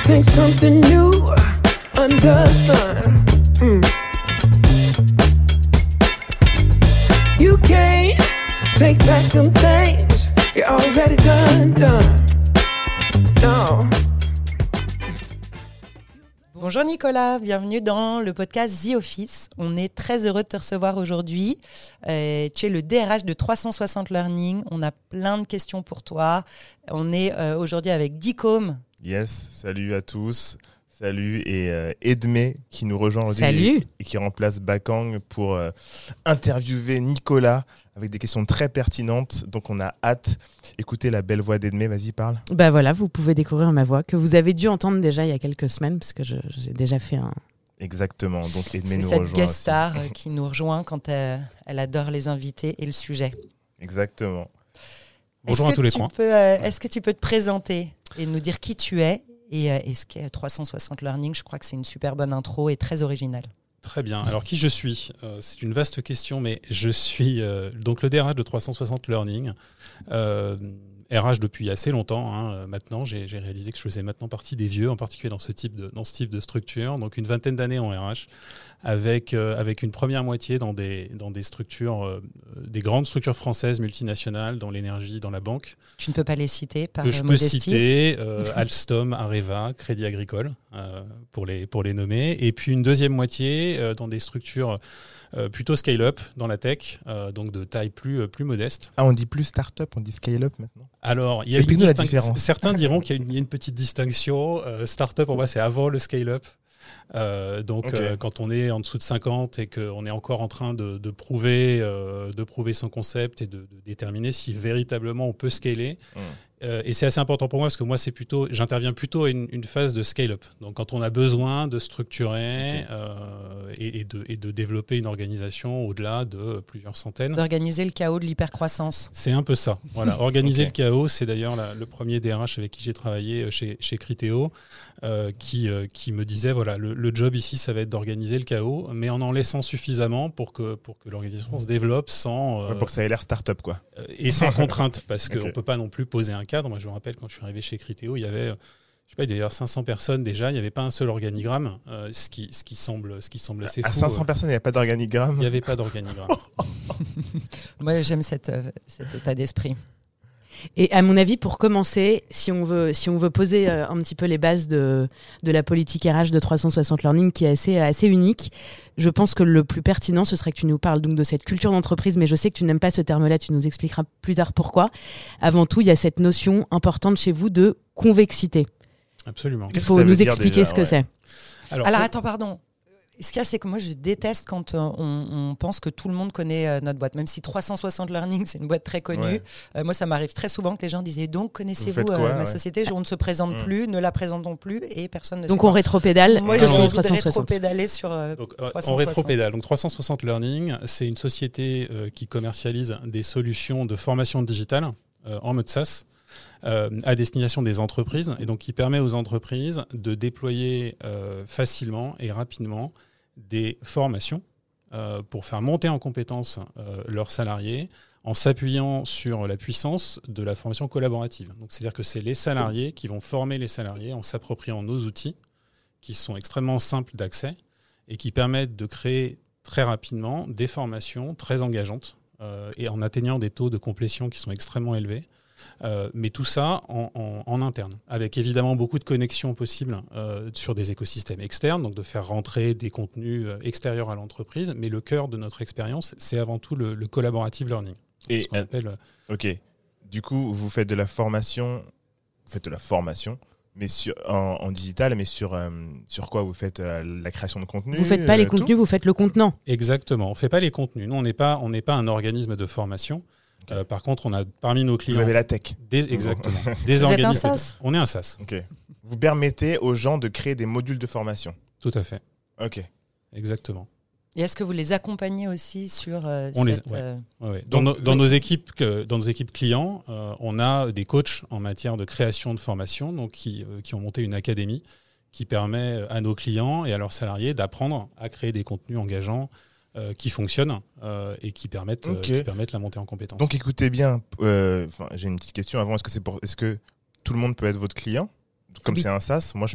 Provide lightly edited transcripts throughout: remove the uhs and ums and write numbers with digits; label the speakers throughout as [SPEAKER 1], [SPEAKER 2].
[SPEAKER 1] think something new under the sun. You can't take back them things you already done. No.
[SPEAKER 2] Bonjour Nicolas, bienvenue dans le podcast The Office. On est très heureux de te recevoir aujourd'hui. Tu es le DRH de 360 Learning. On a plein de questions pour toi. On est aujourd'hui avec Dicom.
[SPEAKER 3] Yes, salut à tous. Salut et Edmé qui nous rejoint aujourd'hui.
[SPEAKER 4] Salut.
[SPEAKER 3] Et qui remplace Bakang pour interviewer Nicolas avec des questions très pertinentes. Donc on a hâte. Écoutez la belle voix d'Edmé, vas-y parle.
[SPEAKER 4] Bah voilà, vous pouvez découvrir ma voix que vous avez dû entendre déjà il y a quelques semaines parce que j'ai déjà fait un...
[SPEAKER 3] Exactement, donc Edmé nous
[SPEAKER 2] C'est
[SPEAKER 3] rejoint.
[SPEAKER 2] cette guest
[SPEAKER 3] aussi.
[SPEAKER 2] star qui nous rejoint quand elle adore les invités et le sujet.
[SPEAKER 3] Exactement.
[SPEAKER 5] Bonjour à tous les trois.
[SPEAKER 2] Est-ce que tu peux te présenter et nous dire qui tu es et ce qu'est 360 Learning? Je crois que c'est une super bonne intro et très originale.
[SPEAKER 5] Très bien. Alors, qui je suis c'est une vaste question, mais je suis donc le DRH de 360 Learning. RH depuis assez longtemps. Maintenant, j'ai réalisé que je faisais maintenant partie des vieux, en particulier dans ce type de structure. Donc, une vingtaine d'années en RH, avec une première moitié dans des structures, des grandes structures françaises multinationales, dans l'énergie, dans la banque.
[SPEAKER 2] Tu ne peux pas les citer par
[SPEAKER 5] que je peux
[SPEAKER 2] modestie.
[SPEAKER 5] citer Alstom, Areva, Crédit Agricole, pour les nommer. Et puis une deuxième moitié dans des structures plutôt scale-up dans la tech, donc de taille plus modeste.
[SPEAKER 3] Ah, on dit plus start-up, on dit scale-up maintenant.
[SPEAKER 5] Alors, il y a
[SPEAKER 3] Explique-nous la différence.
[SPEAKER 5] Certains diront qu'il y a une petite distinction. Start-up, pour moi, c'est avant le scale-up. Quand on est en dessous de 50 et qu'on est encore en train de prouver son concept et de déterminer si véritablement on peut scaler. Et c'est assez important pour moi parce que moi, j'interviens plutôt à une phase de scale-up. Donc, quand on a besoin de structurer et de développer une organisation au-delà de plusieurs centaines.
[SPEAKER 2] D'organiser le chaos de l'hypercroissance.
[SPEAKER 5] C'est un peu ça. Voilà. Organiser le chaos, c'est d'ailleurs le premier DRH avec qui j'ai travaillé chez Criteo qui me disait, voilà, le job ici, ça va être d'organiser le chaos, mais en laissant suffisamment pour que l'organisation se développe sans...
[SPEAKER 3] pour que ça ait l'air start-up, quoi.
[SPEAKER 5] Et sans contrainte, parce qu'on
[SPEAKER 3] Ok.
[SPEAKER 5] ne peut pas non plus poser un cadre. Moi, je me rappelle, quand je suis arrivé chez Criteo, il y avait... d'ailleurs 500 personnes déjà, il n'y avait pas un seul organigramme, ce qui semble assez fou.
[SPEAKER 3] À 500 personnes, il n'y a pas d'organigramme.
[SPEAKER 5] Il n'y avait pas d'organigramme.
[SPEAKER 2] Moi, j'aime cet état d'esprit.
[SPEAKER 4] Et à mon avis, pour commencer, si on veut poser un petit peu les bases de la politique RH de 360 Learning, qui est assez unique, je pense que le plus pertinent, ce serait que tu nous parles donc de cette culture d'entreprise, mais je sais que tu n'aimes pas ce terme-là, tu nous expliqueras plus tard pourquoi. Avant tout, il y a cette notion importante chez vous de convexité.
[SPEAKER 5] Absolument.
[SPEAKER 4] Il
[SPEAKER 3] Qu'est-ce
[SPEAKER 4] faut
[SPEAKER 3] que ça veut
[SPEAKER 4] nous
[SPEAKER 3] dire
[SPEAKER 4] expliquer
[SPEAKER 3] déjà,
[SPEAKER 4] ce que
[SPEAKER 3] ouais.
[SPEAKER 4] c'est.
[SPEAKER 2] Alors attends, pardon. Ce qu'il y a, c'est que moi, je déteste quand on pense que tout le monde connaît notre boîte. Même si 360 Learning, c'est une boîte très connue.
[SPEAKER 3] Ouais.
[SPEAKER 2] Moi, ça m'arrive très souvent que les gens disent « Donc, connaissez-vous
[SPEAKER 3] faites quoi,
[SPEAKER 2] ma
[SPEAKER 3] ouais.
[SPEAKER 2] société ?» On ne se présente plus, ne la présentons plus et personne ne
[SPEAKER 4] Donc
[SPEAKER 2] sait.
[SPEAKER 4] on rétropédale
[SPEAKER 2] Moi,
[SPEAKER 4] dans
[SPEAKER 2] j'ai envie de
[SPEAKER 4] 360.
[SPEAKER 2] rétropédaler sur
[SPEAKER 5] Donc,
[SPEAKER 2] 360.
[SPEAKER 5] on rétropédale. Donc 360 Learning, c'est une société qui commercialise des solutions de formation digitale en mode SaaS à destination des entreprises et donc qui permet aux entreprises de déployer facilement et rapidement des formations pour faire monter en compétence leurs salariés en s'appuyant sur la puissance de la formation collaborative. Donc, c'est-à-dire que c'est les salariés qui vont former les salariés en s'appropriant nos outils qui sont extrêmement simples d'accès et qui permettent de créer très rapidement des formations très engageantes et en atteignant des taux de complétion qui sont extrêmement élevés. Mais tout ça en interne, avec évidemment beaucoup de connexions possibles sur des écosystèmes externes, donc de faire rentrer des contenus extérieurs à l'entreprise. Mais le cœur de notre expérience, c'est avant tout le collaborative learning.
[SPEAKER 3] Et
[SPEAKER 5] Ce qu'on appelle,
[SPEAKER 3] ok. Du coup, vous faites de la formation, mais en digital, mais sur quoi vous faites la création de contenu.
[SPEAKER 4] Vous faites pas les
[SPEAKER 3] tout
[SPEAKER 4] contenus, vous faites le contenant.
[SPEAKER 5] exactement, on ne fait pas les contenus. Nous, on n'est pas un organisme de formation. Par contre, on a parmi nos clients...
[SPEAKER 3] Vous avez la tech.
[SPEAKER 5] Exactement. Des
[SPEAKER 2] Vous êtes un
[SPEAKER 5] organismes.
[SPEAKER 2] SaaS ?
[SPEAKER 5] On est un SaaS,
[SPEAKER 3] Ok. Vous permettez aux gens de créer des modules de formation.
[SPEAKER 5] tout à fait.
[SPEAKER 3] Ok.
[SPEAKER 5] Exactement.
[SPEAKER 2] Et est-ce que vous les accompagnez aussi sur
[SPEAKER 5] On
[SPEAKER 2] cette...
[SPEAKER 5] Ouais, ouais.
[SPEAKER 3] Donc,
[SPEAKER 5] Dans nos équipes clients, on a des coachs en matière de création de formation, donc qui ont monté une académie qui permet à nos clients et à leurs salariés d'apprendre à créer des contenus engageants qui fonctionnent et qui permettent la montée en compétences.
[SPEAKER 3] Donc écoutez bien, j'ai une petite question avant. Est-ce que tout le monde peut être votre client Comme
[SPEAKER 4] Oui.
[SPEAKER 3] c'est un SaaS, moi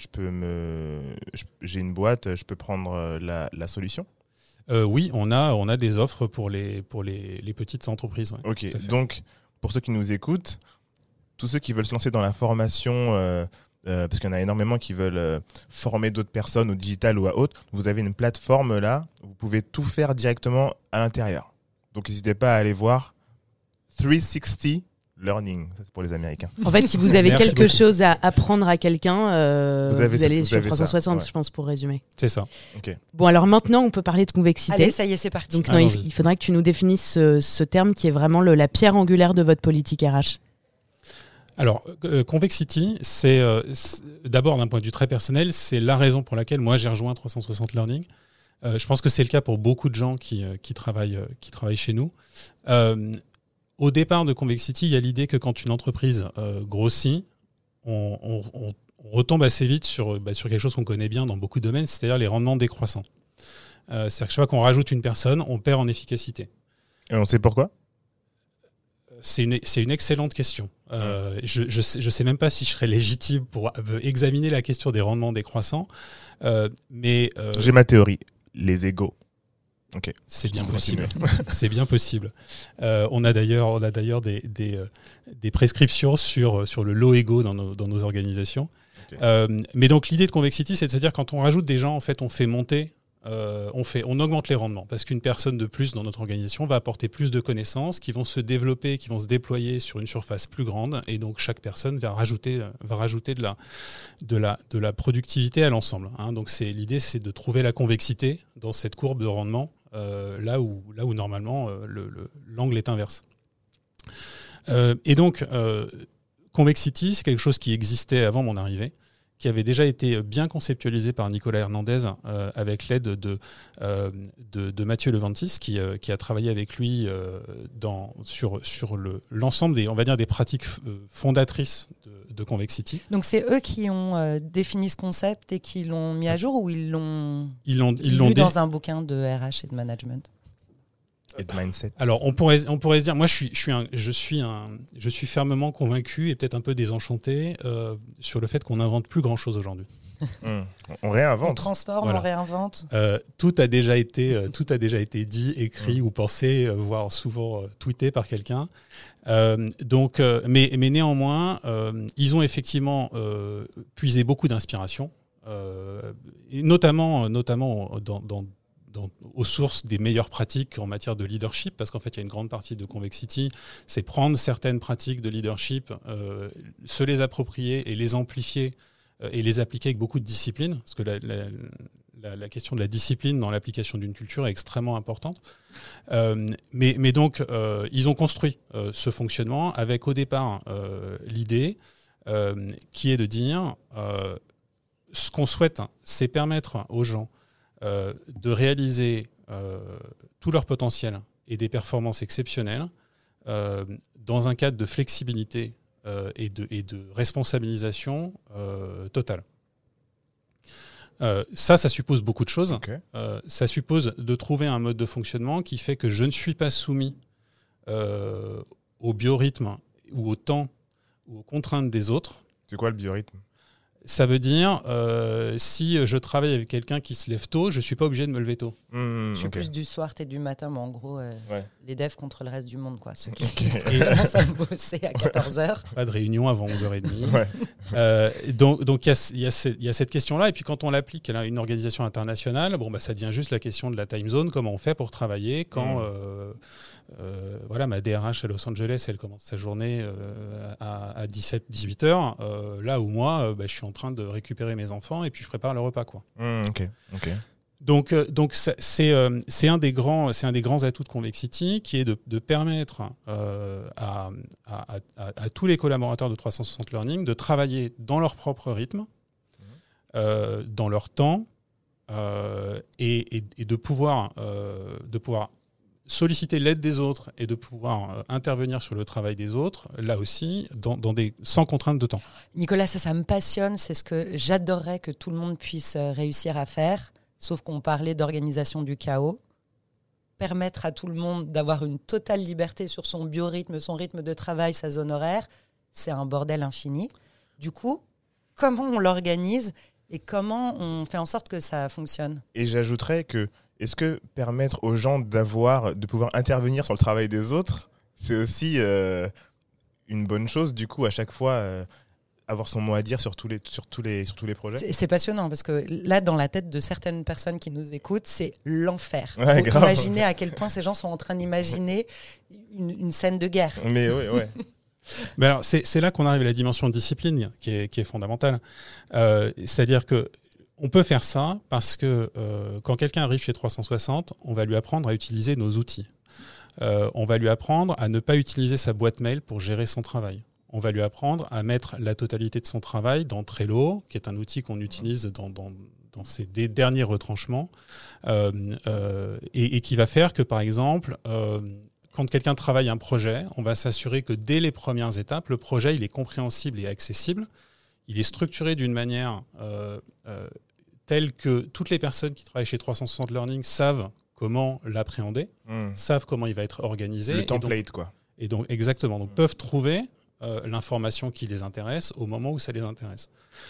[SPEAKER 3] j'ai une boîte, je peux prendre la solution.
[SPEAKER 5] Oui, on a des offres pour les petites entreprises. Ouais,
[SPEAKER 3] Ok,
[SPEAKER 5] tout à fait.
[SPEAKER 3] donc pour ceux qui nous écoutent, tous ceux qui veulent se lancer dans la formation, parce qu'il y en a énormément qui veulent former d'autres personnes au digital ou à autre, vous avez une plateforme là, vous pouvez tout faire directement à l'intérieur. Donc n'hésitez pas à aller voir 360 Learning, ça c'est pour les Américains.
[SPEAKER 4] En fait, si vous avez
[SPEAKER 5] Merci
[SPEAKER 4] quelque
[SPEAKER 5] beaucoup.
[SPEAKER 4] chose à apprendre à quelqu'un,
[SPEAKER 3] Vous avez
[SPEAKER 4] allez
[SPEAKER 3] vous
[SPEAKER 4] sur
[SPEAKER 3] avez ça,
[SPEAKER 4] 360,
[SPEAKER 3] ouais.
[SPEAKER 4] je pense, pour résumer.
[SPEAKER 5] C'est ça.
[SPEAKER 4] Bon, alors maintenant, on peut parler de convexité.
[SPEAKER 2] Allez, ça y est, c'est parti.
[SPEAKER 4] Donc,
[SPEAKER 5] Allons-y.
[SPEAKER 4] il faudrait que tu nous définisses ce terme qui est vraiment la pierre angulaire de votre politique RH.
[SPEAKER 5] Alors, Convexity, c'est d'abord d'un point de vue très personnel, c'est la raison pour laquelle moi j'ai rejoint 360 Learning. Je pense que c'est le cas pour beaucoup de gens qui travaillent chez nous. Au départ de Convexity, il y a l'idée que quand une entreprise grossit, on retombe assez vite sur quelque chose qu'on connaît bien dans beaucoup de domaines, c'est-à-dire les rendements décroissants. C'est-à-dire que chaque fois qu'on rajoute une personne, on perd en efficacité.
[SPEAKER 3] Et on sait pourquoi ?
[SPEAKER 5] C'est une excellente question. Je sais même pas si je serais légitime pour examiner la question des rendements décroissants, mais
[SPEAKER 3] J'ai ma théorie, les égos. Ok.
[SPEAKER 5] c'est bien
[SPEAKER 3] Continue.
[SPEAKER 5] possible. C'est bien possible. On a d'ailleurs des prescriptions sur le low ego dans nos organisations.
[SPEAKER 3] Ok.
[SPEAKER 5] Mais donc l'idée de Convexity, c'est de se dire quand on rajoute des gens, en fait, on fait monter. On augmente les rendements parce qu'une personne de plus dans notre organisation va apporter plus de connaissances qui vont se développer, qui vont se déployer sur une surface plus grande et donc chaque personne va rajouter de la productivité à l'ensemble. Hein. Donc l'idée, c'est de trouver la convexité dans cette courbe de rendement là où normalement l'angle est inverse. Et donc Convexity, c'est quelque chose qui existait avant mon arrivée, qui avait déjà été bien conceptualisé par Nicolas Hernandez avec l'aide de Mathieu Leventis, qui a travaillé avec lui sur l'ensemble des pratiques fondatrices de Convexity.
[SPEAKER 2] Donc c'est eux qui ont défini ce concept et qui l'ont mis à jour ou ils l'ont lu dans un bouquin de RH et de management?
[SPEAKER 3] Et de mindset.
[SPEAKER 5] Alors on pourrait se dire, moi je suis fermement convaincu et peut-être un peu désenchanté sur le fait qu'on n'invente plus grand chose aujourd'hui.
[SPEAKER 3] On réinvente.
[SPEAKER 2] On transforme,
[SPEAKER 5] Voilà.
[SPEAKER 2] on réinvente.
[SPEAKER 5] Tout a déjà été dit, écrit ou pensé, voire souvent tweeté par quelqu'un. Mais néanmoins, ils ont effectivement puisé beaucoup d'inspiration, et notamment aux sources des meilleures pratiques en matière de leadership, parce qu'en fait, il y a une grande partie de Convexity, c'est prendre certaines pratiques de leadership, se les approprier et les amplifier et les appliquer avec beaucoup de discipline, parce que la question de la discipline dans l'application d'une culture est extrêmement importante. Mais donc, ils ont construit ce fonctionnement avec au départ l'idée qui est de dire ce qu'on souhaite, c'est permettre aux gens de réaliser tout leur potentiel et des performances exceptionnelles dans un cadre de flexibilité et de responsabilisation totale. Ça suppose beaucoup de choses.
[SPEAKER 3] Ok.
[SPEAKER 5] Ça suppose de trouver un mode de fonctionnement qui fait que je ne suis pas soumis au biorhythme ou au temps ou aux contraintes des autres.
[SPEAKER 3] C'est quoi le biorhythme ?
[SPEAKER 5] Ça veut dire, si je travaille avec quelqu'un qui se lève tôt, je ne suis pas obligé de me lever tôt.
[SPEAKER 2] Je suis
[SPEAKER 3] ok.
[SPEAKER 2] plus du soir, t'es du matin, mais en gros,
[SPEAKER 3] Ouais.
[SPEAKER 2] les devs contre le reste du monde, quoi. Ceux qui
[SPEAKER 5] Et
[SPEAKER 2] commencent à bosser à 14h.
[SPEAKER 5] pas de réunion avant 11h30.
[SPEAKER 3] Ouais.
[SPEAKER 5] Donc il y a cette question-là. Et puis quand on l'applique à une organisation internationale, ça devient juste la question de la time zone. Comment on fait pour travailler quand ma DRH à Los Angeles, elle commence sa journée à 17-18 heures, là où moi, je suis en train de récupérer mes enfants et puis je prépare le repas, quoi.
[SPEAKER 3] Ok.
[SPEAKER 5] Donc c'est un des grands atouts de Convexity qui est de permettre à tous les collaborateurs de 360 Learning de travailler dans leur propre rythme, dans leur temps, et de pouvoir solliciter l'aide des autres et de pouvoir intervenir sur le travail des autres, là aussi, sans contrainte de temps.
[SPEAKER 2] Nicolas, ça me passionne. C'est ce que j'adorerais que tout le monde puisse réussir à faire. Sauf qu'on parlait d'organisation du chaos. Permettre à tout le monde d'avoir une totale liberté sur son biorhythme, son rythme de travail, sa zone horaire, c'est un bordel infini. Du coup, comment on l'organise et comment on fait en sorte que ça fonctionne.
[SPEAKER 3] Et j'ajouterais que, est-ce que permettre aux gens de pouvoir intervenir sur le travail des autres, c'est aussi une bonne chose, du coup, à chaque fois, avoir son mot à dire sur tous les projets.
[SPEAKER 2] C'est passionnant parce que là, dans la tête de certaines personnes qui nous écoutent, c'est l'enfer.
[SPEAKER 3] Ouais,
[SPEAKER 2] Faut
[SPEAKER 3] grave.
[SPEAKER 2] imaginer à quel point ces gens sont en train d'imaginer une scène de guerre.
[SPEAKER 3] Mais ouais.
[SPEAKER 5] Mais alors, c'est là qu'on arrive à la dimension de discipline qui est fondamentale. C'est-à-dire que on peut faire ça parce que quand quelqu'un arrive chez 360, on va lui apprendre à utiliser nos outils. On va lui apprendre à ne pas utiliser sa boîte mail pour gérer son travail. On va lui apprendre à mettre la totalité de son travail dans Trello, qui est un outil qu'on utilise dans ses derniers retranchements, et qui va faire que, par exemple, quand quelqu'un travaille un projet, on va s'assurer que dès les premières étapes, le projet il est compréhensible et accessible. Il est structuré d'une manière telle que toutes les personnes qui travaillent chez 360 Learning savent comment l'appréhender, savent comment il va être organisé.
[SPEAKER 3] Le template, quoi.
[SPEAKER 5] Et donc, exactement. Donc, peuvent trouver l'information qui les intéresse au moment où ça les intéresse.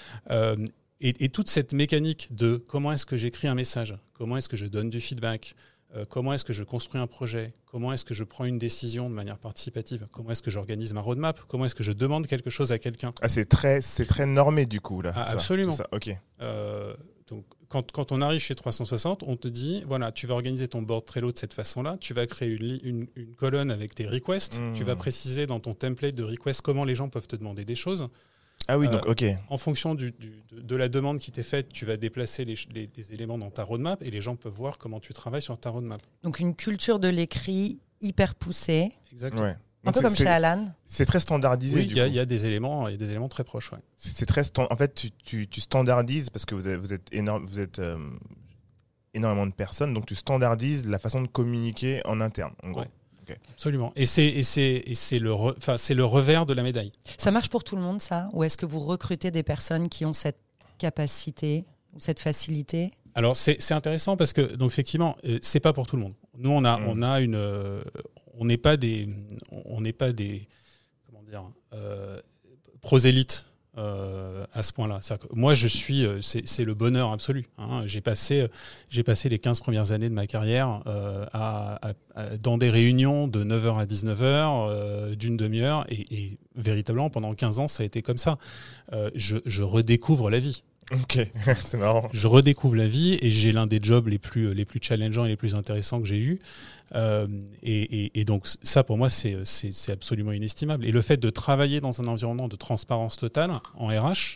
[SPEAKER 5] Et toute cette mécanique de comment est-ce que j'écris un message, comment est-ce que je donne du feedback, comment est-ce que je construis un projet, comment est-ce que je prends une décision de manière participative, comment est-ce que j'organise ma roadmap, comment est-ce que je demande quelque chose à quelqu'un.
[SPEAKER 3] Ah, c'est très normé, du coup, là.
[SPEAKER 5] Ah, absolument.
[SPEAKER 3] Ça. Ok.
[SPEAKER 5] Donc, quand on arrive chez 360, on te dit, voilà, tu vas organiser ton board Trello de cette façon-là, tu vas créer une colonne avec tes requests, tu vas préciser dans ton template de request comment les gens peuvent te demander des choses.
[SPEAKER 3] Ah oui, donc ok.
[SPEAKER 5] En fonction de la demande qui t'est faite, tu vas déplacer les éléments dans ta roadmap et les gens peuvent voir comment tu travailles sur ta roadmap.
[SPEAKER 2] Donc une culture de l'écrit hyper poussée.
[SPEAKER 5] Exactement.
[SPEAKER 3] Ouais.
[SPEAKER 2] Un peu comme chez Alan.
[SPEAKER 3] C'est très standardisé.
[SPEAKER 5] Oui,
[SPEAKER 3] du
[SPEAKER 5] il
[SPEAKER 3] coup.
[SPEAKER 5] y a des éléments très proches. Ouais.
[SPEAKER 3] C'est très en fait, tu standardises parce que vous êtes énormément de personnes, donc tu standardises la façon de communiquer en interne, en gros.
[SPEAKER 5] Ouais. Okay. Absolument. Et c'est le revers de la médaille.
[SPEAKER 2] Ça marche pour tout le monde, ça ? Ou est-ce que vous recrutez des personnes qui ont cette capacité ou cette facilité ?
[SPEAKER 5] Alors c'est intéressant parce que donc effectivement c'est pas pour tout le monde. Nous on n'est pas des comment dire prosélytes à ce point-là. C'est-à-dire que moi je suis c'est le bonheur absolu. Hein. J'ai passé les 15 premières années de ma carrière dans des réunions de 9h à 19h d'une demi-heure et véritablement pendant 15 ans ça a été comme ça. Je redécouvre la vie.
[SPEAKER 3] Ok, c'est marrant.
[SPEAKER 5] Je redécouvre la vie et j'ai l'un des jobs les plus challengeants et les plus intéressants que j'ai eu. Et donc ça, pour moi, c'est absolument inestimable. Et le fait de travailler dans un environnement de transparence totale en RH,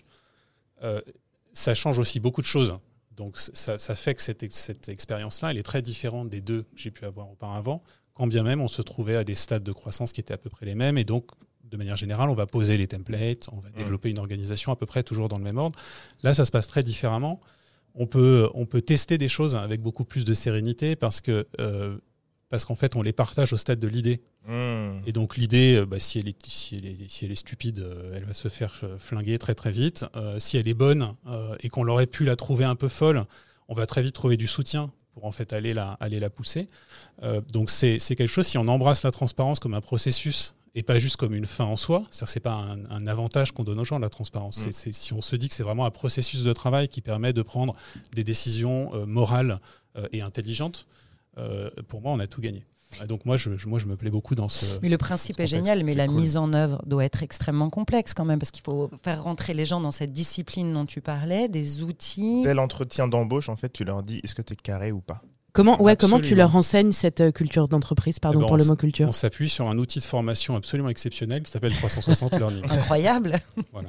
[SPEAKER 5] ça change aussi beaucoup de choses. Donc ça fait que cette expérience-là, elle est très différente des deux que j'ai pu avoir auparavant, quand bien même on se trouvait à des stades de croissance qui étaient à peu près les mêmes. Et donc, de manière générale, on va poser les templates, on va développer une organisation à peu près toujours dans le même ordre. Là, ça se passe très différemment. On peut tester des choses avec beaucoup plus de sérénité parce qu'en fait, on les partage au stade de l'idée. Et donc, l'idée, si elle est stupide, elle va se faire flinguer très très vite. Si elle est bonne et qu'on aurait pu la trouver un peu folle, on va très vite trouver du soutien pour en fait aller la pousser. Donc, c'est quelque chose, si on embrasse la transparence comme un processus et pas juste comme une fin en soi, c'est-à-dire que c'est pas un avantage qu'on donne aux gens, la transparence. C'est si on se dit que c'est vraiment un processus de travail qui permet de prendre des décisions morales et intelligentes, pour moi, on a tout gagné. Donc moi, je me plais beaucoup dans ce.
[SPEAKER 2] Mais le principe est génial, mais la mise en œuvre doit être extrêmement complexe quand même, parce qu'il faut faire rentrer les gens dans cette discipline dont tu parlais, des outils.
[SPEAKER 3] Dès l'entretien d'embauche, en fait, tu leur dis est-ce que tu es carré ou pas ?
[SPEAKER 4] Comment tu leur enseignes cette culture d'entreprise, pour le mot culture ?
[SPEAKER 5] On s'appuie sur un outil de formation absolument exceptionnel qui s'appelle 360 Learning.
[SPEAKER 2] Incroyable.
[SPEAKER 5] Voilà.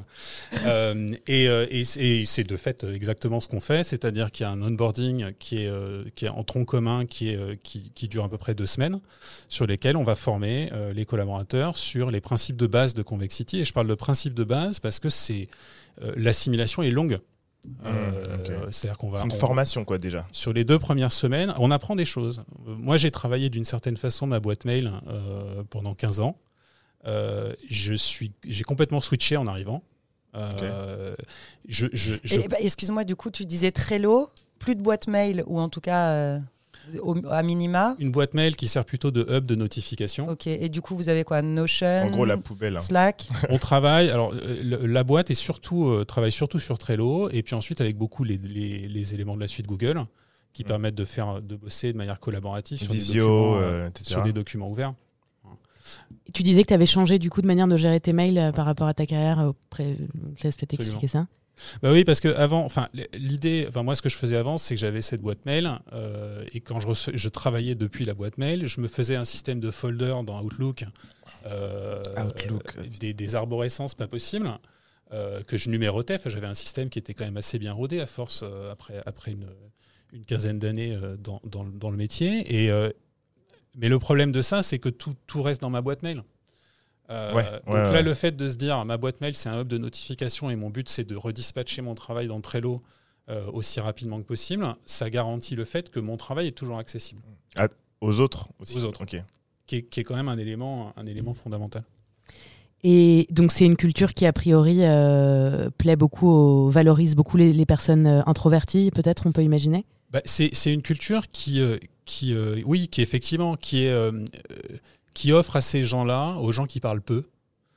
[SPEAKER 5] Et c'est de fait exactement ce qu'on fait, c'est-à-dire qu'il y a un onboarding qui est en tronc commun, qui dure à peu près 2 semaines, sur lesquels on va former les collaborateurs sur les principes de base de Convexity. Et je parle de principes de base parce que l'assimilation est longue. C'est-à-dire qu'on va.
[SPEAKER 3] C'est une formation, quoi, déjà.
[SPEAKER 5] Sur les 2 premières semaines, on apprend des choses. Moi, j'ai travaillé d'une certaine façon ma boîte mail pendant 15 ans. J'ai complètement switché en arrivant.
[SPEAKER 2] Excuse-moi, du coup, tu disais Trello, plus de boîte mail, ou en tout cas. à minima.
[SPEAKER 5] Une boîte mail qui sert plutôt de hub de notification.
[SPEAKER 2] Ok, et du coup, vous avez quoi? Notion,
[SPEAKER 3] En gros, la poubelle.
[SPEAKER 2] Slack.
[SPEAKER 5] On travaille, alors la boîte travaille surtout sur Trello, et puis ensuite avec beaucoup les éléments de la suite Google qui permettent de bosser de manière collaborative sur
[SPEAKER 3] Visio, etc.
[SPEAKER 5] sur des documents ouverts.
[SPEAKER 4] Tu disais que tu avais changé du coup de manière de gérer tes mails par rapport à ta carrière. Je te laisse peut-être expliquer ça.
[SPEAKER 5] Bah oui, parce que avant, moi ce que je faisais avant, c'est que j'avais cette boîte mail et quand je travaillais depuis la boîte mail, je me faisais un système de folder dans Outlook, des arborescences pas possibles que je numérotais. Enfin, j'avais un système qui était quand même assez bien rodé à force après une quinzaine d'années dans le métier. Mais le problème de ça, c'est que tout reste dans ma boîte mail. Le fait de se dire ma boîte mail c'est un hub de notification et mon but c'est de redispatcher mon travail dans Trello aussi rapidement que possible, ça garantit le fait que mon travail est toujours accessible.
[SPEAKER 3] Aux autres aussi.
[SPEAKER 5] Aux autres.
[SPEAKER 3] Ok.
[SPEAKER 5] Qui est quand même un élément fondamental.
[SPEAKER 4] Et donc c'est une culture qui a priori valorise beaucoup les personnes introverties, peut-être on peut imaginer.
[SPEAKER 5] C'est une culture qui effectivement qui offre à ces gens-là, aux gens qui parlent peu,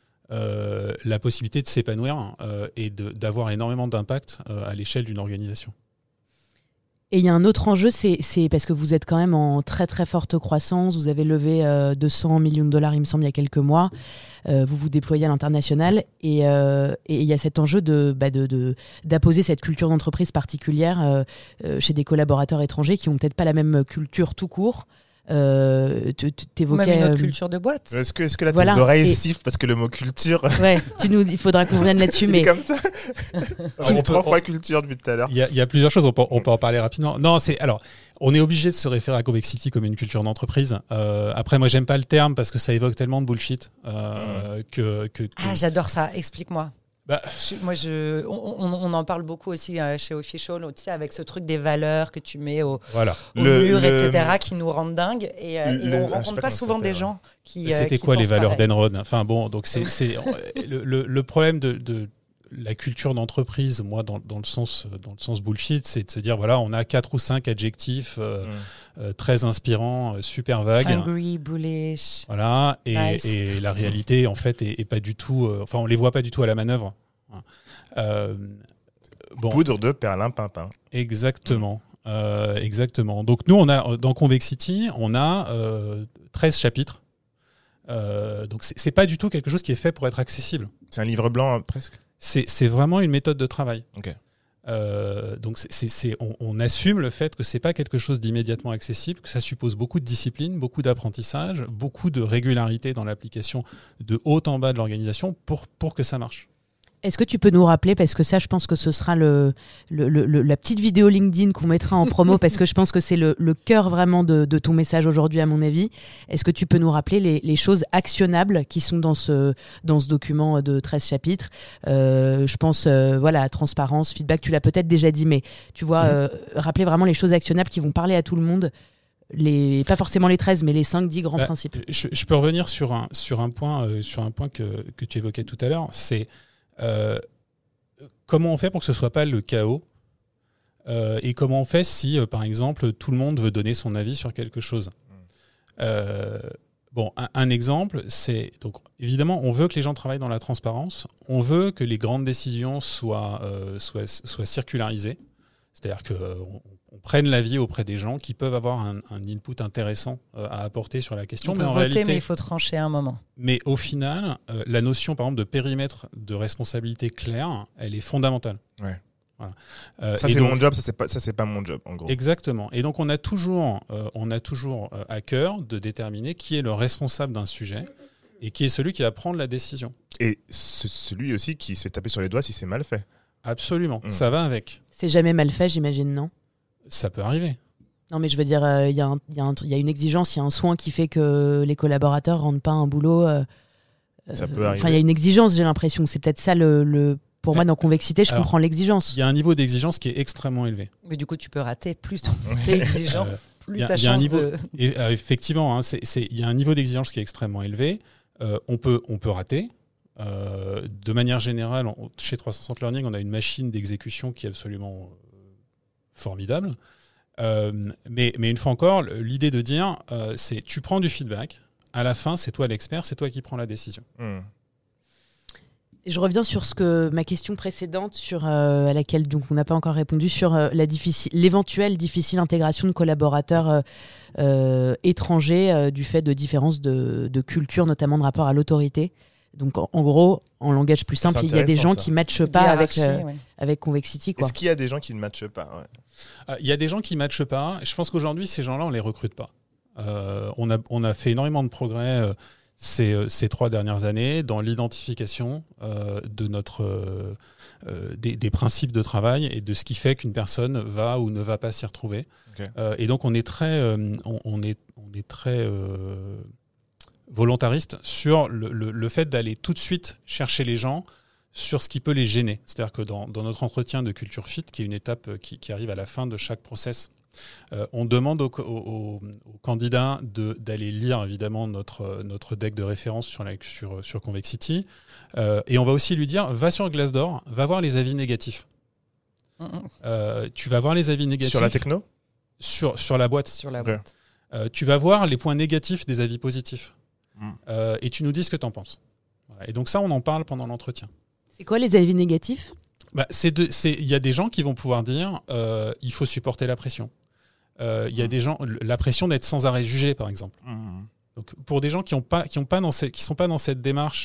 [SPEAKER 5] la possibilité de s'épanouir et d'avoir énormément d'impact à l'échelle d'une organisation.
[SPEAKER 4] Et il y a un autre enjeu, c'est parce que vous êtes quand même en très très forte croissance, vous avez levé 200 millions de dollars il me semble il y a quelques mois, vous vous déployez à l'international et il y a cet enjeu d'apposer cette culture d'entreprise particulière chez des collaborateurs étrangers qui n'ont peut-être pas la même culture tout court.
[SPEAKER 2] Même une autre culture de boîte.
[SPEAKER 3] Est-ce que là,
[SPEAKER 4] Voilà.
[SPEAKER 3] tes oreilles sifflent parce que le mot culture...
[SPEAKER 4] Ouais, il faudra qu'on revienne là-dessus.
[SPEAKER 3] Il
[SPEAKER 4] mais
[SPEAKER 3] est comme ça. On trois fois culture depuis tout à l'heure.
[SPEAKER 5] Il y a plusieurs choses, on peut en parler rapidement. Non, on est obligé de se référer à Convexity comme une culture d'entreprise. Après, moi, j'aime pas le terme parce que ça évoque tellement de bullshit que...
[SPEAKER 2] Ah, j'adore ça. Explique-moi.
[SPEAKER 5] Bah,
[SPEAKER 2] On en parle beaucoup aussi chez Official, tu sais, avec ce truc des valeurs que tu mets au mur, etc., qui nous rendent dingues. Et on ne rencontre pas souvent des gens qui.
[SPEAKER 5] C'était
[SPEAKER 2] qui
[SPEAKER 5] quoi les
[SPEAKER 2] pensent
[SPEAKER 5] valeurs
[SPEAKER 2] pareil.
[SPEAKER 5] d'Enron? Enfin bon, donc c'est le problème de la culture d'entreprise, moi, dans le sens bullshit, c'est de se dire voilà, on a 4 ou 5 adjectifs très inspirants, super vagues.
[SPEAKER 2] Hungry, bullish.
[SPEAKER 5] Voilà,
[SPEAKER 2] Nice.
[SPEAKER 5] et la réalité, en fait, est pas du tout. On les voit pas du tout à la manœuvre.
[SPEAKER 3] Poudre de perlimpinpin.
[SPEAKER 5] Exactement. Exactement. Donc nous, dans Convexity, on a 13 chapitres. Donc c'est pas du tout quelque chose qui est fait pour être accessible.
[SPEAKER 3] C'est un livre blanc presque.
[SPEAKER 5] C'est vraiment une méthode de travail.
[SPEAKER 3] Ok.
[SPEAKER 5] Donc on assume le fait que c'est pas quelque chose d'immédiatement accessible, que ça suppose beaucoup de discipline, beaucoup d'apprentissage, beaucoup de régularité dans l'application de haut en bas de l'organisation pour que ça marche.
[SPEAKER 4] Est-ce que tu peux nous rappeler, parce que ça, je pense que ce sera la petite vidéo LinkedIn qu'on mettra en promo, parce que je pense que c'est le cœur vraiment de ton message aujourd'hui, à mon avis. Est-ce que tu peux nous rappeler les choses actionnables qui sont dans ce document de 13 chapitres? Je pense, transparence, feedback, tu l'as peut-être déjà dit, mais tu vois, rappeler vraiment les choses actionnables qui vont parler à tout le monde. Pas forcément les 13, mais les 5-10 grands principes.
[SPEAKER 5] Je peux revenir sur un point que tu évoquais tout à l'heure, c'est comment on fait pour que ce ne soit pas le chaos et comment on fait si, par exemple, tout le monde veut donner son avis sur quelque chose. Un exemple, c'est... Donc, évidemment, on veut que les gens travaillent dans la transparence, on veut que les grandes décisions soient circularisées, c'est-à-dire qu'on prenne l'avis auprès des gens qui peuvent avoir un input intéressant à apporter sur la question.
[SPEAKER 2] On peut voter, mais il faut trancher à un moment.
[SPEAKER 5] Mais au final, la notion, par exemple, de périmètre de responsabilité claire, elle est fondamentale.
[SPEAKER 3] Ouais.
[SPEAKER 5] Voilà.
[SPEAKER 3] Ça, c'est mon job, ça, c'est pas mon job, en gros.
[SPEAKER 5] Exactement. Et donc, on a toujours à cœur de déterminer qui est le responsable d'un sujet et qui est celui qui va prendre la décision.
[SPEAKER 3] Et celui aussi qui se fait taper sur les doigts si c'est mal fait.
[SPEAKER 5] Absolument. Ça va avec.
[SPEAKER 4] C'est jamais mal fait, j'imagine, non?
[SPEAKER 5] Ça peut arriver.
[SPEAKER 4] Non, mais je veux dire, il y a une exigence, il y a un soin qui fait que les collaborateurs ne rendent pas un boulot.
[SPEAKER 3] Ça peut arriver.
[SPEAKER 4] Enfin, il y a une exigence, j'ai l'impression. C'est peut-être ça pour moi, dans Convexité, je comprends l'exigence.
[SPEAKER 5] Il y a un niveau d'exigence qui est extrêmement élevé.
[SPEAKER 2] Mais du coup, tu peux rater. Plus t'es exigeant, plus ta
[SPEAKER 5] y a un
[SPEAKER 2] chance
[SPEAKER 5] niveau,
[SPEAKER 2] de...
[SPEAKER 5] effectivement, il y a un niveau d'exigence qui est extrêmement élevé. On peut rater. De manière générale, chez 360 Learning, on a une machine d'exécution qui est absolument formidable. Mais une fois encore, l'idée de dire, c'est tu prends du feedback, à la fin, c'est toi l'expert, c'est toi qui prends la décision.
[SPEAKER 4] Je reviens sur ma question précédente à laquelle donc on n'a pas encore répondu sur l'éventuelle difficile intégration de collaborateurs étrangers du fait de différences de culture, notamment de rapport à l'autorité. Donc en gros, en langage plus simple, il y a des gens qui ne matchent pas avec Convexity, quoi.
[SPEAKER 3] Est-ce qu'il y a des gens qui ne matchent pas?
[SPEAKER 5] Il y a des gens qui ne matchent pas. Je pense qu'aujourd'hui, ces gens-là, on ne les recrute pas. On a fait énormément de progrès ces 3 dernières années dans l'identification de des principes de travail et de ce qui fait qu'une personne va ou ne va pas s'y retrouver. Okay. Et donc on est très volontariste sur le fait d'aller tout de suite chercher les gens sur ce qui peut les gêner. C'est-à-dire que dans notre entretien de culture fit, qui est une étape qui arrive à la fin de chaque process, on demande aux candidats d'aller lire évidemment notre deck de référence sur Convexity, et on va aussi lui dire, va sur Glassdoor, va voir les avis négatifs. Tu vas voir les avis négatifs.
[SPEAKER 3] Sur la techno ?
[SPEAKER 5] Sur la boîte.
[SPEAKER 2] Sur la boîte.
[SPEAKER 5] Tu vas voir les points négatifs des avis positifs. Et tu nous dis ce que tu en penses. Voilà. Et donc ça, on en parle pendant l'entretien.
[SPEAKER 4] C'est quoi les avis négatifs ?
[SPEAKER 5] Il y a des gens qui vont pouvoir dire il faut supporter la pression. Il y a des gens, la pression d'être sans arrêt jugé, par exemple. Donc, pour des gens qui sont pas dans cette démarche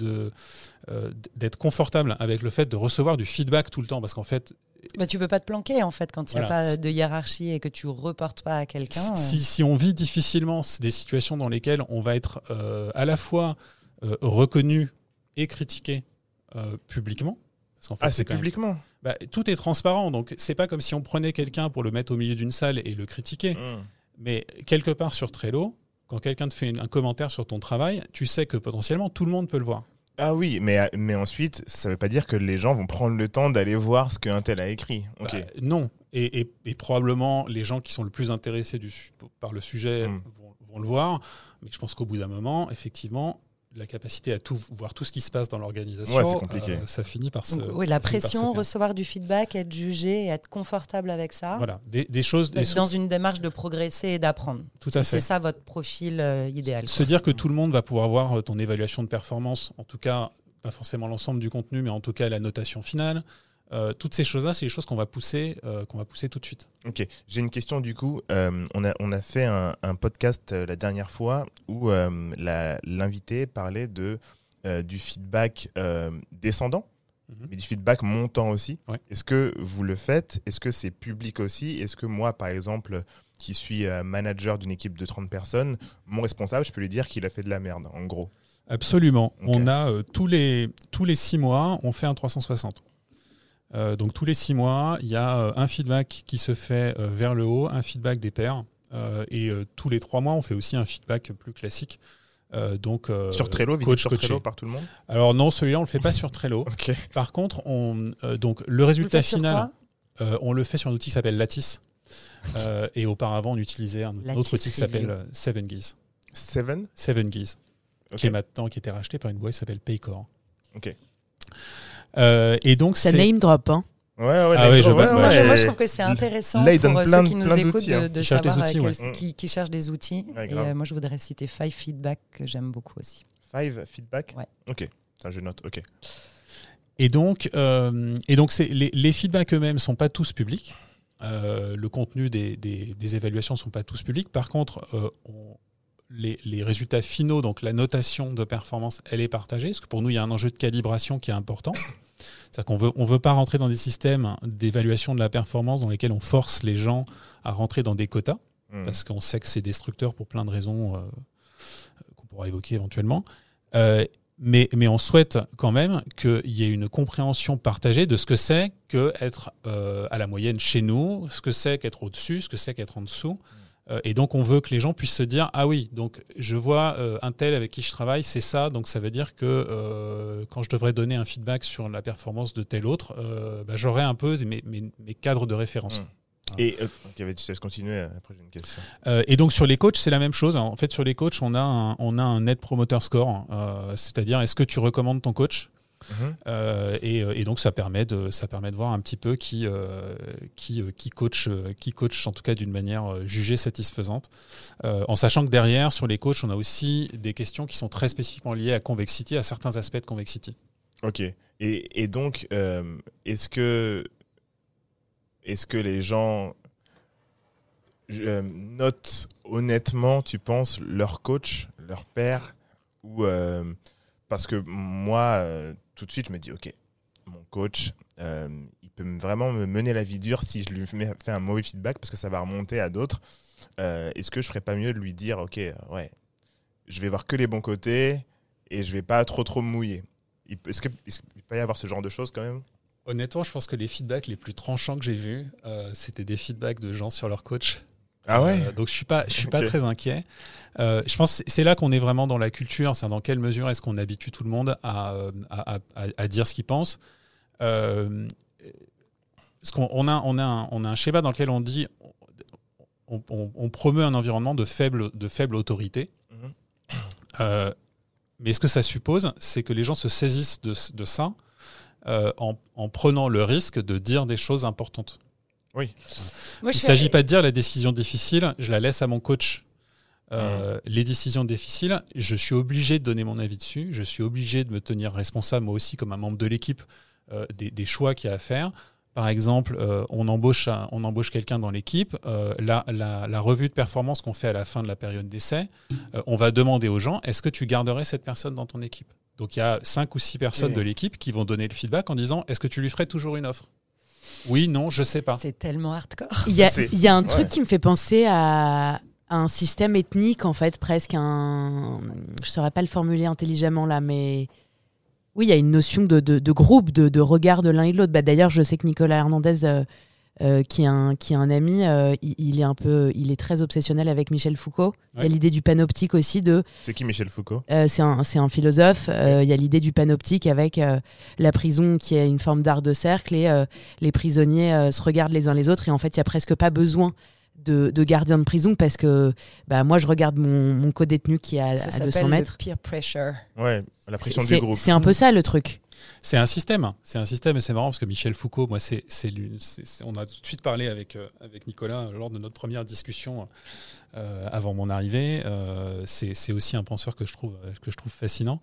[SPEAKER 5] d'être confortable avec le fait de recevoir du feedback tout le temps, parce qu'en fait,
[SPEAKER 2] tu peux pas te planquer en fait quand il n'y a pas de hiérarchie et que tu reportes pas à quelqu'un.
[SPEAKER 5] Si on vit difficilement des situations dans lesquelles on va être à la fois reconnu et critiqué publiquement. Parce qu'en fait,
[SPEAKER 3] c'est publiquement.
[SPEAKER 5] Tout est transparent, donc c'est pas comme si on prenait quelqu'un pour le mettre au milieu d'une salle et le critiquer. Mais quelque part sur Trello, quand quelqu'un te fait un commentaire sur ton travail, tu sais que potentiellement tout le monde peut le voir.
[SPEAKER 3] Ah oui, mais ensuite, ça veut pas dire que les gens vont prendre le temps d'aller voir ce qu'un tel a écrit. Okay.
[SPEAKER 5] Non, et probablement les gens qui sont le plus intéressés par le sujet vont le voir, mais je pense qu'au bout d'un moment, effectivement, la capacité à voir tout ce qui se passe dans l'organisation,
[SPEAKER 3] c'est compliqué.
[SPEAKER 5] Ça finit par se...
[SPEAKER 2] Oui, la pression, recevoir du feedback, être jugé et être confortable avec ça.
[SPEAKER 5] Voilà, des choses...
[SPEAKER 2] Dans une démarche de progresser et d'apprendre.
[SPEAKER 5] Tout à fait.
[SPEAKER 2] C'est ça votre profil idéal.
[SPEAKER 5] Se dire que tout le monde va pouvoir voir ton évaluation de performance, en tout cas, pas forcément l'ensemble du contenu, mais en tout cas la notation finale. Toutes ces choses-là, c'est les choses qu'on va pousser tout de suite.
[SPEAKER 3] Ok, j'ai une question du coup. On a fait un podcast la dernière fois où l'invité parlait du feedback descendant, mais du feedback montant aussi. Ouais. Est-ce que vous le faites ? Est-ce que c'est public aussi ? Est-ce que moi, par exemple, qui suis manager d'une équipe de 30 personnes, mon responsable, je peux lui dire qu'il a fait de la merde, en gros ?
[SPEAKER 5] Absolument. Okay. On a tous les 6 mois, on fait un 360. Donc tous les 6 mois, il y a un feedback qui se fait vers le haut, un feedback des pairs, et tous les 3 mois, on fait aussi un feedback plus classique.
[SPEAKER 3] Sur Trello, visite sur Trello par tout le monde ?
[SPEAKER 5] Alors non, celui-là, on le fait pas sur Trello.
[SPEAKER 3] Okay.
[SPEAKER 5] Par contre, donc le résultat final, on le fait sur un outil qui s'appelle Lattice, et auparavant, on utilisait un autre outil qui s'appelle 7Geese. 7Geese, qui était racheté par une boîte qui s'appelle Paycor.
[SPEAKER 3] Ok.
[SPEAKER 5] Et donc
[SPEAKER 4] ça name drop, hein.
[SPEAKER 2] Moi je trouve que c'est intéressant pour ceux qui nous écoutent de savoir qui cherchent des outils. Ouais, et moi je voudrais citer 5 Feedback que j'aime beaucoup aussi.
[SPEAKER 3] 5 Feedback ?
[SPEAKER 2] Ouais.
[SPEAKER 3] Ok, ça je note, ok.
[SPEAKER 5] Et donc les feedbacks eux-mêmes ne sont pas tous publics. Le contenu des évaluations ne sont pas tous publics. Par contre, les résultats finaux, donc la notation de performance, elle est partagée. Parce que pour nous, il y a un enjeu de calibration qui est important. C'est-à-dire qu'on veut pas rentrer dans des systèmes d'évaluation de la performance dans lesquels on force les gens à rentrer dans des quotas, parce qu'on sait que c'est destructeur pour plein de raisons qu'on pourra évoquer éventuellement. Mais on souhaite quand même qu'il y ait une compréhension partagée de ce que c'est qu'être à la moyenne chez nous, ce que c'est qu'être au-dessus, ce que c'est qu'être en dessous. Et donc, on veut que les gens puissent se dire « Ah oui, donc je vois un tel avec qui je travaille, c'est ça. Donc, ça veut dire que quand je devrais donner un feedback sur la performance de tel autre, j'aurai un peu mes cadres de référence. »
[SPEAKER 3] Et je laisse continuer, après j'ai une question.
[SPEAKER 5] Et donc, sur les coachs, c'est la même chose. En fait, sur les coachs, on a un Net Promoter Score. C'est-à-dire, est-ce que tu recommandes ton coach ? Et donc ça permet de voir un petit peu qui coach en tout cas d'une manière jugée satisfaisante, en sachant que derrière sur les coachs on a aussi des questions qui sont très spécifiquement liées à Convexity, à certains aspects de Convexity.
[SPEAKER 3] Ok. Et donc est-ce que les gens notent honnêtement, tu penses, leur coach, leur père, ou parce que moi tout de suite je me dis ok, mon coach il peut vraiment me mener la vie dure si je lui fais un mauvais feedback parce que ça va remonter à d'autres. Est-ce que je ferais pas mieux de lui dire ok, ouais, je vais voir que les bons côtés et je vais pas trop me mouiller? Est-ce qu'il peut y avoir ce genre de choses quand même?
[SPEAKER 5] Honnêtement, je pense que les feedbacks les plus tranchants que j'ai vus, c'était des feedbacks de gens sur leur coach.
[SPEAKER 3] Ah ouais.
[SPEAKER 5] Donc je suis pas
[SPEAKER 3] Okay.
[SPEAKER 5] très inquiet. Je pense que c'est là qu'on est vraiment dans la culture. C'est dans quelle mesure est-ce qu'on habitue tout le monde à dire ce qu'il pense. Parce qu'on a un schéma dans lequel on dit on promeut un environnement de faible autorité. Mais ce que ça suppose, c'est que les gens se saisissent de ça en prenant le risque de dire des choses importantes.
[SPEAKER 3] Oui.
[SPEAKER 2] Moi,
[SPEAKER 5] Il ne s'agit pas de dire la décision difficile, je la laisse à mon coach. Les décisions difficiles, je suis obligé de donner mon avis dessus, je suis obligé de me tenir responsable, moi aussi, comme un membre de l'équipe, des choix qu'il y a à faire. Par exemple, on embauche quelqu'un dans l'équipe, la revue de performance qu'on fait à la fin de la période d'essai, on va demander aux gens, est-ce que tu garderais cette personne dans ton équipe? Donc il y a 5 ou 6 personnes de l'équipe qui vont donner le feedback en disant, est-ce que tu lui ferais toujours une offre? Oui, non, je sais pas.
[SPEAKER 2] C'est tellement hardcore.
[SPEAKER 4] Il y a un truc qui me fait penser à un système ethnique, en fait, presque je ne saurais pas le formuler intelligemment là, mais oui, il y a une notion de groupe, de regard de l'un et de l'autre. D'ailleurs, je sais que Nicolas Hernandez, qui est un ami, il est très obsessionnel avec Michel Foucault. Ouais. Il y a l'idée du panoptique aussi.
[SPEAKER 3] C'est qui Michel Foucault?
[SPEAKER 4] C'est un philosophe. Il y a l'idée du panoptique avec la prison qui est une forme d'art de cercle et les prisonniers se regardent les uns les autres. Et en fait, il n'y a presque pas besoin de gardien de prison parce que moi, je regarde mon co-détenu qui est à 200 mètres.
[SPEAKER 2] Ça s'appelle le peer pressure.
[SPEAKER 3] Ouais, la pression du groupe.
[SPEAKER 4] C'est un peu ça le truc.
[SPEAKER 5] C'est un système et c'est marrant parce que Michel Foucault, moi, on a tout de suite parlé avec Nicolas lors de notre première discussion avant mon arrivée. C'est aussi un penseur que je trouve fascinant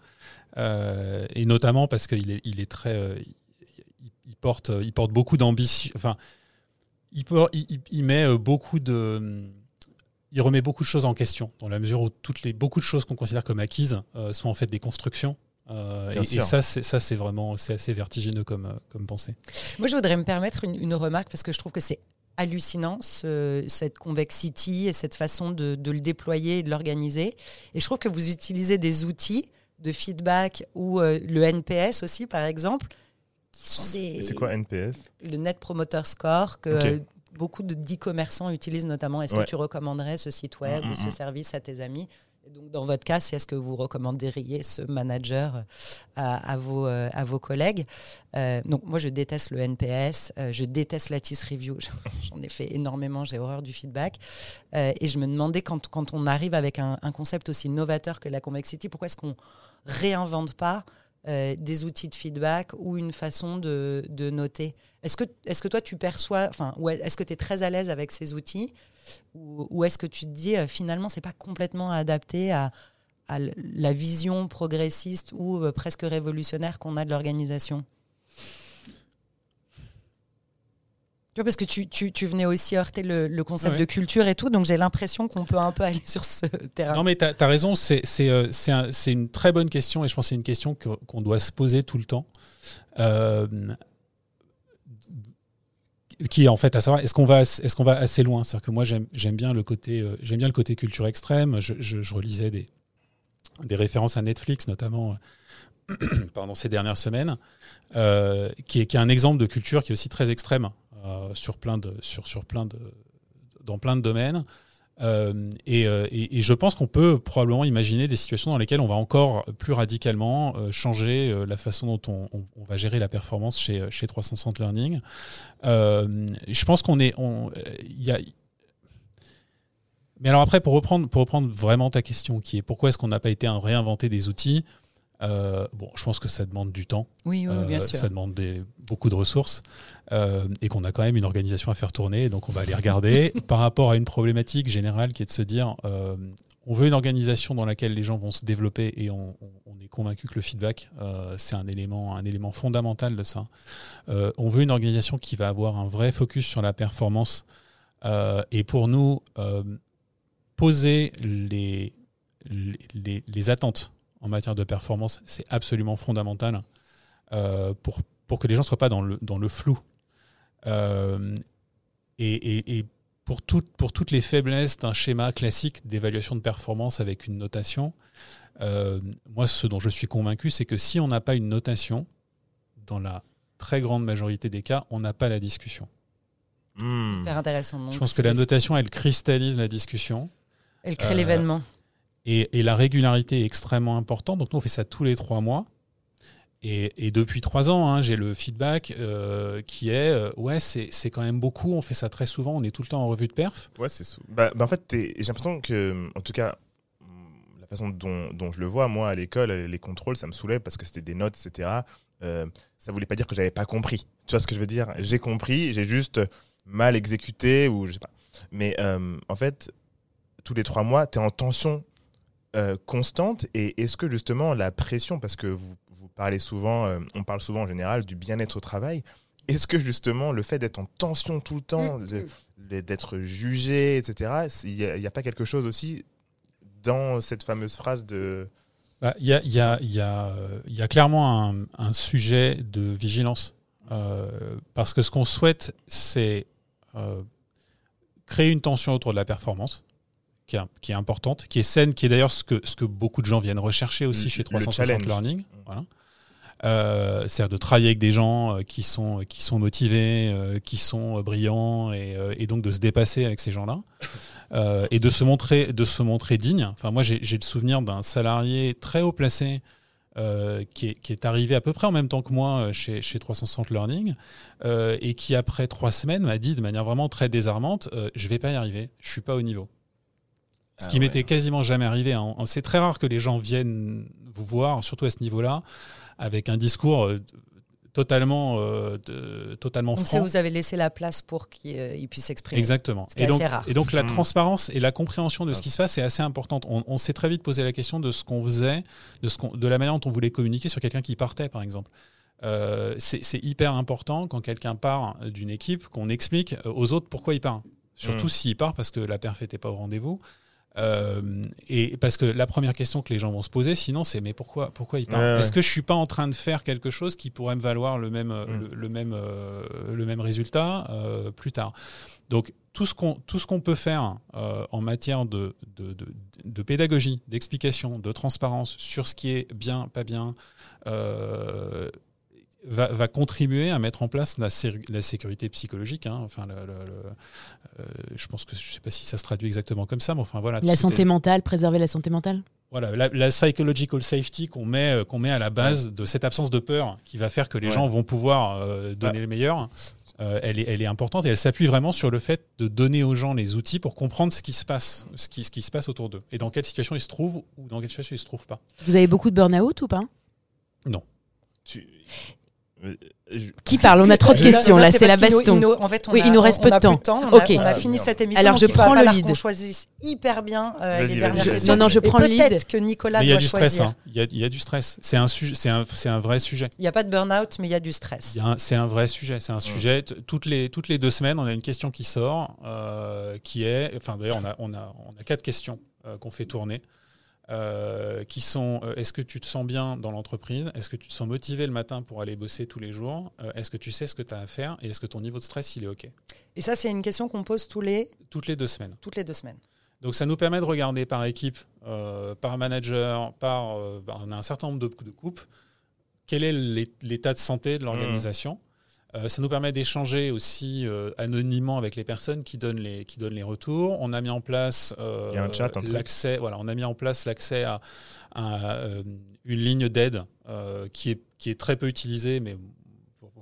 [SPEAKER 5] et notamment parce qu'il est très, il porte beaucoup d'ambition. Enfin, il met beaucoup de, il remet beaucoup de choses en question dans la mesure où beaucoup de choses qu'on considère comme acquises sont en fait des constructions. Et ça, c'est vraiment, c'est assez vertigineux comme pensée.
[SPEAKER 2] Moi, je voudrais me permettre une remarque parce que je trouve que c'est hallucinant cette Convexity et cette façon de le déployer et de l'organiser. Et je trouve que vous utilisez des outils de feedback ou le NPS aussi, par exemple, qui sont des...
[SPEAKER 3] C'est quoi NPS?
[SPEAKER 2] Le Net Promoter Score que beaucoup d'e-commerçants utilisent notamment. Est-ce que tu recommanderais ce site web ou ce service à tes amis? Et donc, dans votre cas, c'est est-ce que vous recommanderiez ce manager à vos collègues? Donc, moi, je déteste le NPS, je déteste la TIS Review. J'en ai fait énormément, j'ai horreur du feedback. Et je me demandais, quand on arrive avec un concept aussi novateur que la Convexity, pourquoi est-ce qu'on ne réinvente pas des outils de feedback ou une façon de noter? Est-ce que toi, tu perçois, ou est-ce que tu es très à l'aise avec ces outils ou est-ce que tu te dis finalement c'est pas complètement adapté à la vision progressiste ou presque révolutionnaire qu'on a de l'organisation? Parce que tu venais aussi heurter le concept de culture et tout, donc j'ai l'impression qu'on peut un peu aller sur ce terrain.
[SPEAKER 5] Non mais t'as raison, c'est une très bonne question et je pense que c'est une question qu'on doit se poser tout le temps. Qui est en fait à savoir est-ce qu'on va assez loin. C'est-à-dire que moi j'aime bien le côté culture extrême. Je relisais des références à Netflix notamment ces dernières semaines, qui est un exemple de culture qui est aussi très extrême dans plein de domaines. Et je pense qu'on peut probablement imaginer des situations dans lesquelles on va encore plus radicalement changer la façon dont on va gérer la performance chez 360 Learning. Je pense mais alors après, pour reprendre vraiment ta question, qui est pourquoi est-ce qu'on n'a pas été à réinventer des outils, Je pense que ça demande du temps.
[SPEAKER 2] Oui, bien sûr.
[SPEAKER 5] Ça demande beaucoup de ressources et qu'on a quand même une organisation à faire tourner. Donc, on va aller regarder par rapport à une problématique générale qui est de se dire on veut une organisation dans laquelle les gens vont se développer et on est convaincu que le feedback, c'est un élément fondamental de ça. On veut une organisation qui va avoir un vrai focus sur la performance et pour nous, poser les attentes en matière de performance, c'est absolument fondamental pour que les gens ne soient pas dans le flou. Et pour toutes les faiblesses d'un schéma classique d'évaluation de performance avec une notation, moi, ce dont je suis convaincu, c'est que si on n'a pas une notation, dans la très grande majorité des cas, on n'a pas la discussion.
[SPEAKER 2] Super intéressant. Donc,
[SPEAKER 5] je pense que la notation, elle cristallise la discussion.
[SPEAKER 2] Elle crée l'événement.
[SPEAKER 5] Et la régularité est extrêmement importante. Donc nous, on fait ça tous les 3 mois. Et depuis 3 ans, j'ai le feedback qui est c'est quand même beaucoup. On fait ça très souvent. On est tout le temps en revue de perf.
[SPEAKER 3] Ouais, c'est en fait, j'ai l'impression que, en tout cas, la façon dont je le vois, moi, à l'école, les contrôles, ça me saoulait parce que c'était des notes, etc. Ça voulait pas dire que j'avais pas compris. Tu vois ce que je veux dire ? J'ai compris, j'ai juste mal exécuté ou je sais pas. Mais en fait, tous les 3 mois, tu es en tension constante. Et est-ce que justement la pression, parce que vous parlez souvent, on parle souvent en général du bien-être au travail, est-ce que justement le fait d'être en tension tout le temps, d'être jugé, etc., il n'y a pas quelque chose aussi dans cette fameuse phrase de...
[SPEAKER 5] Il y a clairement un sujet de vigilance. Parce que ce qu'on souhaite, c'est créer une tension autour de la performance qui est importante, qui est saine, qui est d'ailleurs ce que beaucoup de gens viennent rechercher aussi chez 360 Learning. Voilà. C'est-à-dire de travailler avec des gens qui sont motivés, qui sont brillants et donc de se dépasser avec ces gens-là et de se montrer digne. Enfin, moi, j'ai le souvenir d'un salarié très haut placé qui est arrivé à peu près en même temps que moi chez 360 Learning et qui, après 3 semaines, m'a dit de manière vraiment très désarmante je vais pas y arriver, je suis pas au niveau. Ce qui m'était quasiment jamais arrivé. Hein. C'est très rare que les gens viennent vous voir, surtout à ce niveau-là, avec un discours totalement
[SPEAKER 2] donc
[SPEAKER 5] franc.
[SPEAKER 2] vous avez laissé la place pour qu'il puisse s'exprimer.
[SPEAKER 5] Exactement. Et donc la transparence et la compréhension de ce qui se passe est assez importante. On s'est très vite posé la question de ce qu'on faisait, de la manière dont on voulait communiquer sur quelqu'un qui partait, par exemple. C'est hyper important quand quelqu'un part d'une équipe qu'on explique aux autres pourquoi il part. Surtout s'il part parce que la perf n'était pas au rendez-vous. Et parce que la première question que les gens vont se poser, sinon, c'est mais pourquoi il part ? Est-ce que je suis pas en train de faire quelque chose qui pourrait me valoir le même résultat plus tard ? Donc tout ce qu'on peut faire en matière de pédagogie, d'explication, de transparence sur ce qui est bien, pas bien. Va contribuer à mettre en place la sécurité psychologique. Hein. Enfin, je pense que je ne sais pas si ça se traduit exactement comme ça, mais enfin voilà.
[SPEAKER 4] La santé mentale, préserver la santé mentale.
[SPEAKER 5] Voilà, la psychological safety qu'on met à la base de cette absence de peur qui va faire que les gens vont pouvoir donner le meilleur. Elle est importante et elle s'appuie vraiment sur le fait de donner aux gens les outils pour comprendre ce qui se passe, ce qui se passe autour d'eux et dans quelle situation ils se trouvent ou dans quelle situation ils se trouvent pas.
[SPEAKER 4] Vous avez beaucoup de burn-out ou pas ?
[SPEAKER 5] Non.
[SPEAKER 4] Qui parle ? On a trop de questions, là, c'est la baston.
[SPEAKER 2] En fait,
[SPEAKER 4] il nous reste peu de temps.
[SPEAKER 2] On a fini cette émission.
[SPEAKER 4] Alors, je prends le lead.
[SPEAKER 2] Qu'on choisisse hyper bien les dernières
[SPEAKER 3] vas-y.
[SPEAKER 2] questions.
[SPEAKER 4] Non, je prends le lead.
[SPEAKER 2] Peut-être que Nicolas
[SPEAKER 5] doit
[SPEAKER 2] choisir.
[SPEAKER 5] Stress, hein. Il y a du stress. C'est un vrai sujet.
[SPEAKER 2] Il n'y a pas de burn-out, mais il y a du stress.
[SPEAKER 5] C'est un vrai sujet. C'est un sujet. Toutes les 2 semaines, on a une question qui sort, qui est. Enfin, d'ailleurs, on a 4 questions qu'on fait tourner. Qui sont est-ce que tu te sens bien dans l'entreprise ? Est-ce que tu te sens motivé le matin pour aller bosser tous les jours ? Est-ce que tu sais ce que tu as à faire ? Et est-ce que ton niveau de stress, il est OK ?
[SPEAKER 2] Et ça, c'est une question qu'on pose toutes les
[SPEAKER 5] 2 semaines.
[SPEAKER 2] Toutes les 2 semaines.
[SPEAKER 5] Donc ça nous permet de regarder par équipe, par manager, on a un certain nombre de coupes, quel est l'état de santé de l'organisation. Ça nous permet d'échanger aussi anonymement avec les personnes qui donnent les retours. On a mis en place l'accès. Voilà, on a mis en place l'accès à une ligne d'aide qui est très peu utilisée, mais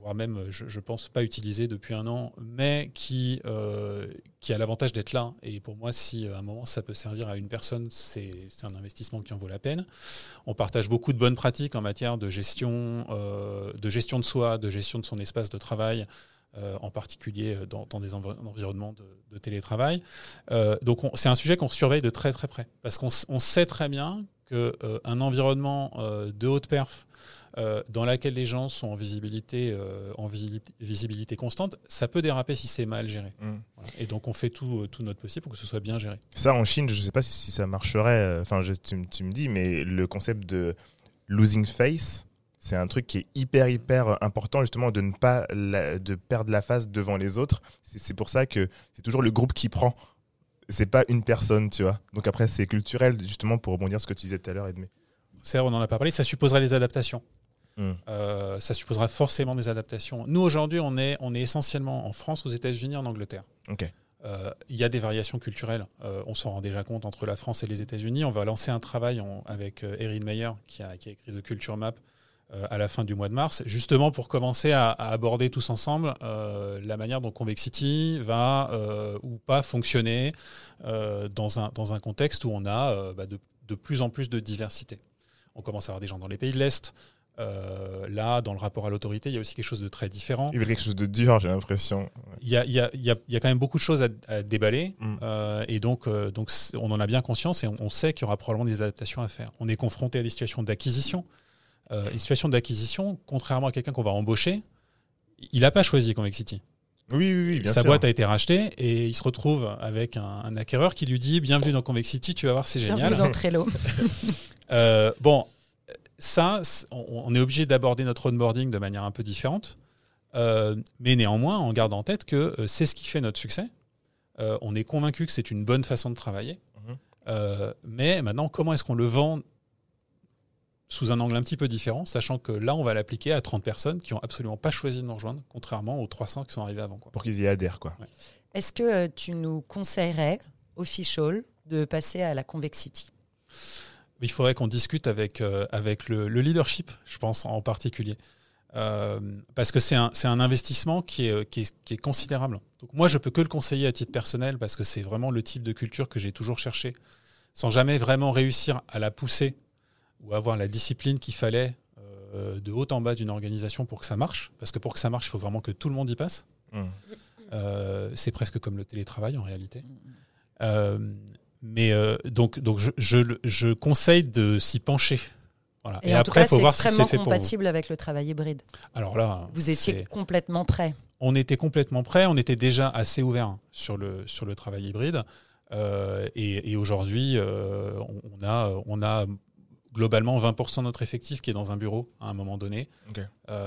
[SPEAKER 5] voire même, je pense, pas utilisé depuis un an, mais qui a l'avantage d'être là. Et pour moi, si à un moment ça peut servir à une personne, c'est un investissement qui en vaut la peine. On partage beaucoup de bonnes pratiques en matière de gestion de soi, de gestion de son espace de travail, en particulier dans des environnements de télétravail. Donc c'est un sujet qu'on surveille de très très près, parce qu'on sait très bien qu'un environnement de haute perf dans laquelle les gens sont en visibilité constante, ça peut déraper si c'est mal géré. Voilà. Et donc on fait tout notre possible pour que ce soit bien géré.
[SPEAKER 3] Ça, en Chine, je ne sais pas si ça marcherait. Enfin, tu me dis, mais le concept de losing face, c'est un truc qui est hyper important, justement, de ne pas de perdre la face devant les autres. C'est pour ça que c'est toujours le groupe qui prend. C'est pas une personne, tu vois. Donc après, c'est culturel, justement, pour rebondir sur ce que tu disais tout à l'heure, Edmé.
[SPEAKER 5] C'est vrai, on n'en a pas parlé. Ça supposerait des adaptations. Ça supposera forcément des adaptations. Nous, aujourd'hui, on est essentiellement en France, aux États-Unis, en Angleterre.
[SPEAKER 3] Ok.
[SPEAKER 5] Il y a des variations culturelles. On s'en rend déjà compte entre la France et les États-Unis. On va lancer un travail avec Erin Meyer, qui a écrit The Culture Map, à la fin du mois de mars, justement pour commencer à aborder tous ensemble la manière dont Convexity va ou pas fonctionner dans un contexte où on a de plus en plus de diversité. On commence à avoir des gens dans les pays de l'Est. Là, dans le rapport à l'autorité, il y a aussi quelque chose de très différent.
[SPEAKER 3] Il y a quelque chose de dur, j'ai l'impression.
[SPEAKER 5] Il y a quand même beaucoup de choses à déballer. Et donc, on en a bien conscience et on sait qu'il y aura probablement des adaptations à faire. On est confronté à des situations d'acquisition. Une situation d'acquisition, contrairement à quelqu'un qu'on va embaucher, il n'a pas choisi Convexity.
[SPEAKER 3] Oui, bien sûr.
[SPEAKER 5] Sa boîte a été rachetée et il se retrouve avec un acquéreur qui lui dit « Bienvenue dans Convexity, tu vas voir, c'est génial. »
[SPEAKER 2] Bienvenue dans Trello.
[SPEAKER 5] Ça, on est obligé d'aborder notre onboarding de manière un peu différente, mais néanmoins, en gardant en tête que c'est ce qui fait notre succès. On est convaincu que c'est une bonne façon de travailler. Mais maintenant, comment est-ce qu'on le vend sous un angle un petit peu différent, sachant que là, on va l'appliquer à 30 personnes qui n'ont absolument pas choisi de nous rejoindre, contrairement aux 300 qui sont arrivés avant. Quoi.
[SPEAKER 3] Pour qu'ils y adhèrent, quoi.
[SPEAKER 5] Ouais.
[SPEAKER 2] Est-ce que tu nous conseillerais, official, de passer à la Convexity ?
[SPEAKER 5] Il faudrait qu'on discute avec le leadership, je pense, en particulier. Parce que c'est un investissement qui est considérable. Donc moi, je peux que le conseiller à titre personnel parce que c'est vraiment le type de culture que j'ai toujours cherché, sans jamais vraiment réussir à la pousser ou avoir la discipline qu'il fallait de haut en bas d'une organisation pour que ça marche. Parce que pour que ça marche, il faut vraiment que tout le monde y passe. C'est presque comme le télétravail en réalité. Donc je conseille de s'y pencher. Voilà.
[SPEAKER 2] Et en
[SPEAKER 5] après,
[SPEAKER 2] tout cas,
[SPEAKER 5] faut voir
[SPEAKER 2] c'est
[SPEAKER 5] si c'est
[SPEAKER 2] extrêmement
[SPEAKER 5] fait pour vous.
[SPEAKER 2] compatible avec le travail hybride.
[SPEAKER 5] Alors là,
[SPEAKER 2] Vous étiez complètement prêt.
[SPEAKER 5] On était complètement prêt. On était déjà assez ouvert sur le travail hybride. Et aujourd'hui, on a globalement 20% de notre effectif qui est dans un bureau à un moment donné.
[SPEAKER 3] Okay.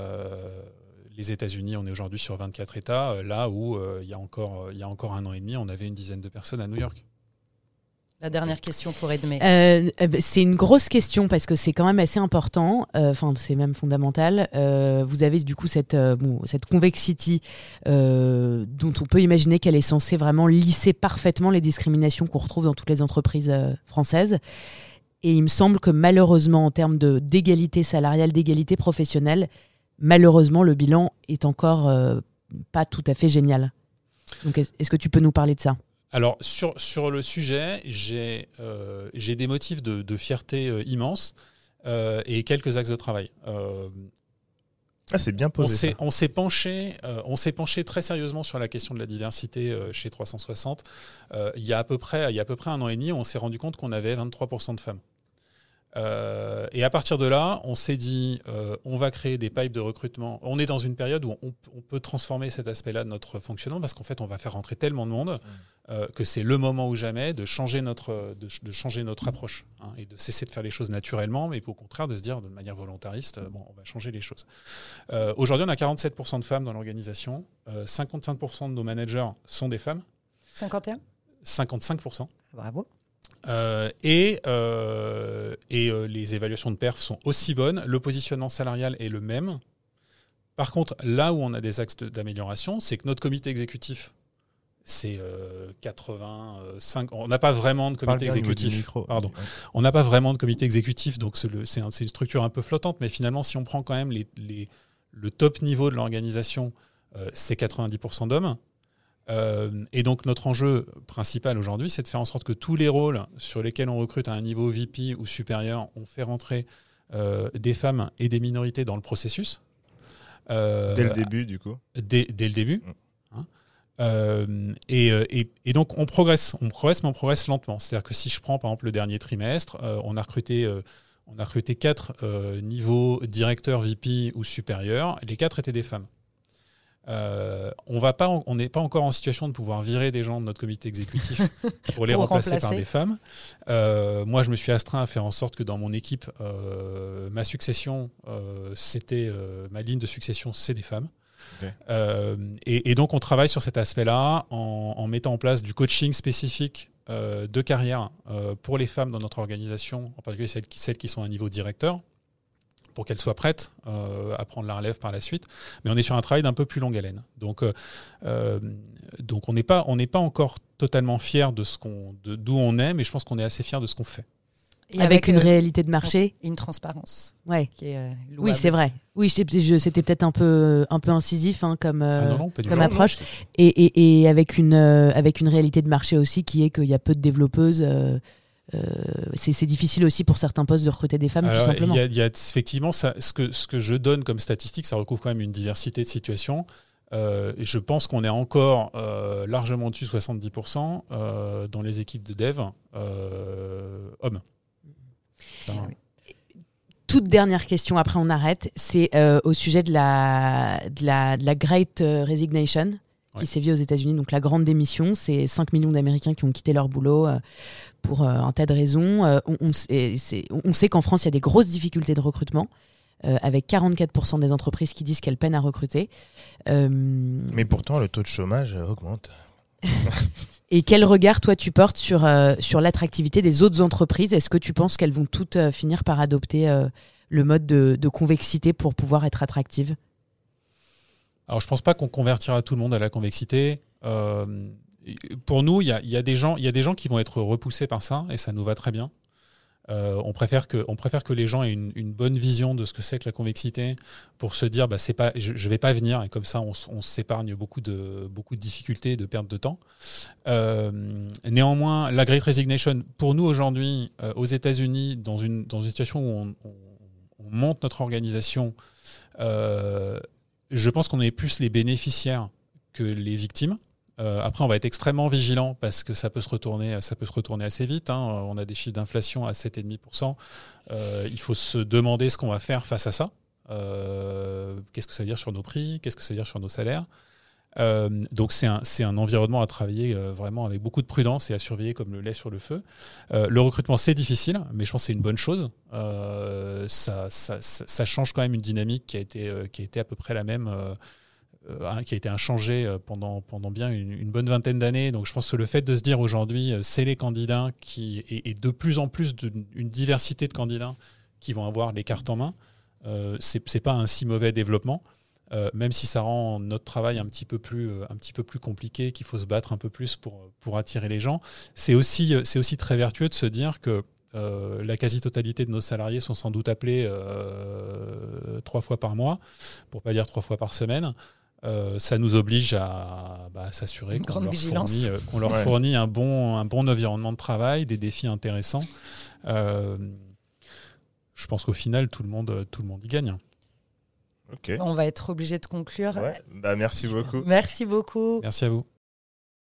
[SPEAKER 5] Les États-Unis, on est aujourd'hui sur 24 États, là où il y a encore un an et demi, on avait une dizaine de personnes à New York.
[SPEAKER 2] La dernière question pour Edmé.
[SPEAKER 4] C'est une grosse question parce que c'est quand même assez important, c'est même fondamental. Vous avez du coup cette Convexity dont on peut imaginer qu'elle est censée vraiment lisser parfaitement les discriminations qu'on retrouve dans toutes les entreprises françaises. Et il me semble que malheureusement, en termes d'égalité salariale, d'égalité professionnelle, malheureusement, le bilan est encore pas tout à fait génial. Donc, est-ce que tu peux nous parler de ça ?
[SPEAKER 5] Alors, sur le sujet, j'ai des motifs de fierté immenses et quelques axes de travail.
[SPEAKER 3] C'est bien posé.
[SPEAKER 5] On s'est penché très sérieusement sur la question de la diversité chez 360. Il y a à peu près un an et demi, on s'est rendu compte qu'on avait 23% de femmes. Et à partir de là, on s'est dit, on va créer des pipes de recrutement. On est dans une période où on peut transformer cet aspect-là de notre fonctionnement parce qu'en fait, on va faire rentrer tellement de monde que c'est le moment ou jamais de changer notre approche et de cesser de faire les choses naturellement, mais au contraire de se dire de manière volontariste, on va changer les choses. Aujourd'hui, on a 47% de femmes dans l'organisation. 55% de nos managers sont des femmes.
[SPEAKER 2] 51 ?
[SPEAKER 5] 55%.
[SPEAKER 2] Bravo.
[SPEAKER 5] Et les évaluations de perf sont aussi bonnes. Le positionnement salarial est le même. Par contre, là où on a des axes d'amélioration, c'est que notre comité exécutif, c'est 85. On n'a pas vraiment de comité exécutif. Pardon. Ouais. On n'a pas vraiment de comité exécutif, donc c'est une structure un peu flottante. Mais finalement, si on prend quand même le top niveau de l'organisation, c'est 90% d'hommes. Et donc notre enjeu principal aujourd'hui, c'est de faire en sorte que tous les rôles sur lesquels on recrute à un niveau VP ou supérieur, on fait rentrer des femmes et des minorités dans le processus.
[SPEAKER 3] Dès le début, du coup.
[SPEAKER 5] Dès le début. Et donc on progresse, mais on progresse lentement. C'est-à-dire que si je prends par exemple le dernier trimestre, on a recruté 4 niveaux directeurs, VP ou supérieurs. Les 4 étaient des femmes. On n'est pas encore en situation de pouvoir virer des gens de notre comité exécutif pour les remplacer par des femmes. Moi, je me suis astreint à faire en sorte que dans mon équipe, ma succession, ma ligne de succession, c'est des femmes. Okay. Et donc, on travaille sur cet aspect-là en mettant en place du coaching spécifique de carrière pour les femmes dans notre organisation, en particulier celles qui sont à un niveau directeur, pour qu'elles soient prêtes à prendre la relève par la suite. Mais on est sur un travail d'un peu plus longue haleine. Donc on n'est pas encore totalement fiers d'où on est, mais je pense qu'on est assez fiers de ce qu'on fait.
[SPEAKER 4] Et avec une réalité de marché,
[SPEAKER 2] une transparence.
[SPEAKER 4] Ouais.
[SPEAKER 2] Qui est louable.
[SPEAKER 4] Oui, c'est vrai. Oui, c'était peut-être un peu incisif comme approche. Et avec une réalité de marché aussi qui est qu'il y a peu de développeuses. C'est difficile aussi pour certains postes de recruter des femmes.
[SPEAKER 5] Alors,
[SPEAKER 4] tout simplement.
[SPEAKER 5] Il y a effectivement ce que je donne comme statistique, ça recouvre quand même une diversité de situations. Je pense qu'on est encore largement au-dessus de 70% dans les équipes de dev hommes.
[SPEAKER 4] Toute dernière question, après on arrête, c'est au sujet de la Great Resignation qui sévit aux États-Unis, donc la grande démission. C'est 5 millions d'Américains qui ont quitté leur boulot pour un tas de raisons. On sait qu'en France, il y a des grosses difficultés de recrutement, avec 44% des entreprises qui disent qu'elles peinent à recruter.
[SPEAKER 3] Mais pourtant, le taux de chômage augmente.
[SPEAKER 4] Et quel regard, toi, tu portes sur l'attractivité des autres entreprises ? Est-ce que tu penses qu'elles vont toutes finir par adopter le mode de convexité pour pouvoir être attractives ?
[SPEAKER 5] Alors, je ne pense pas qu'on convertira tout le monde à la convexité. Pour nous, il y a des gens qui vont être repoussés par ça, et ça nous va très bien. On préfère que les gens aient une bonne vision de ce que c'est que la convexité pour se dire je vais pas venir, et comme ça on s'épargne beaucoup de difficultés, de perte de temps. Néanmoins, la Great Resignation pour nous aujourd'hui aux États-Unis, dans une situation où on monte notre organisation, je pense qu'on est plus les bénéficiaires que les victimes. Après, on va être extrêmement vigilant parce que ça peut se retourner assez vite. On a des chiffres d'inflation à 7,5%. Il faut se demander ce qu'on va faire face à ça. Qu'est-ce que ça veut dire sur nos prix ? Qu'est-ce que ça veut dire sur nos salaires ? Donc c'est un environnement à travailler vraiment avec beaucoup de prudence et à surveiller comme le lait sur le feu. Le recrutement, c'est difficile, mais je pense que c'est une bonne chose. Ça change quand même une dynamique qui a été à peu près la même. Qui a été inchangé pendant bien une bonne vingtaine d'années. Donc je pense que le fait de se dire aujourd'hui, c'est les candidats et de plus en plus une diversité de candidats qui vont avoir les cartes en main, c'est pas un si mauvais développement, même si ça rend notre travail un petit peu plus compliqué, qu'il faut se battre un peu plus pour attirer les gens. C'est aussi très vertueux de se dire que la quasi-totalité de nos salariés sont sans doute appelés 3 fois par mois, pour pas dire 3 fois par semaine. Ça nous oblige à s'assurer qu'on leur fournit un bon environnement de travail, des défis intéressants. Je pense qu'au final, tout le monde y gagne.
[SPEAKER 3] Okay.
[SPEAKER 2] On va être obligé de conclure.
[SPEAKER 3] Ouais. Merci beaucoup.
[SPEAKER 2] Merci beaucoup.
[SPEAKER 5] Merci à vous.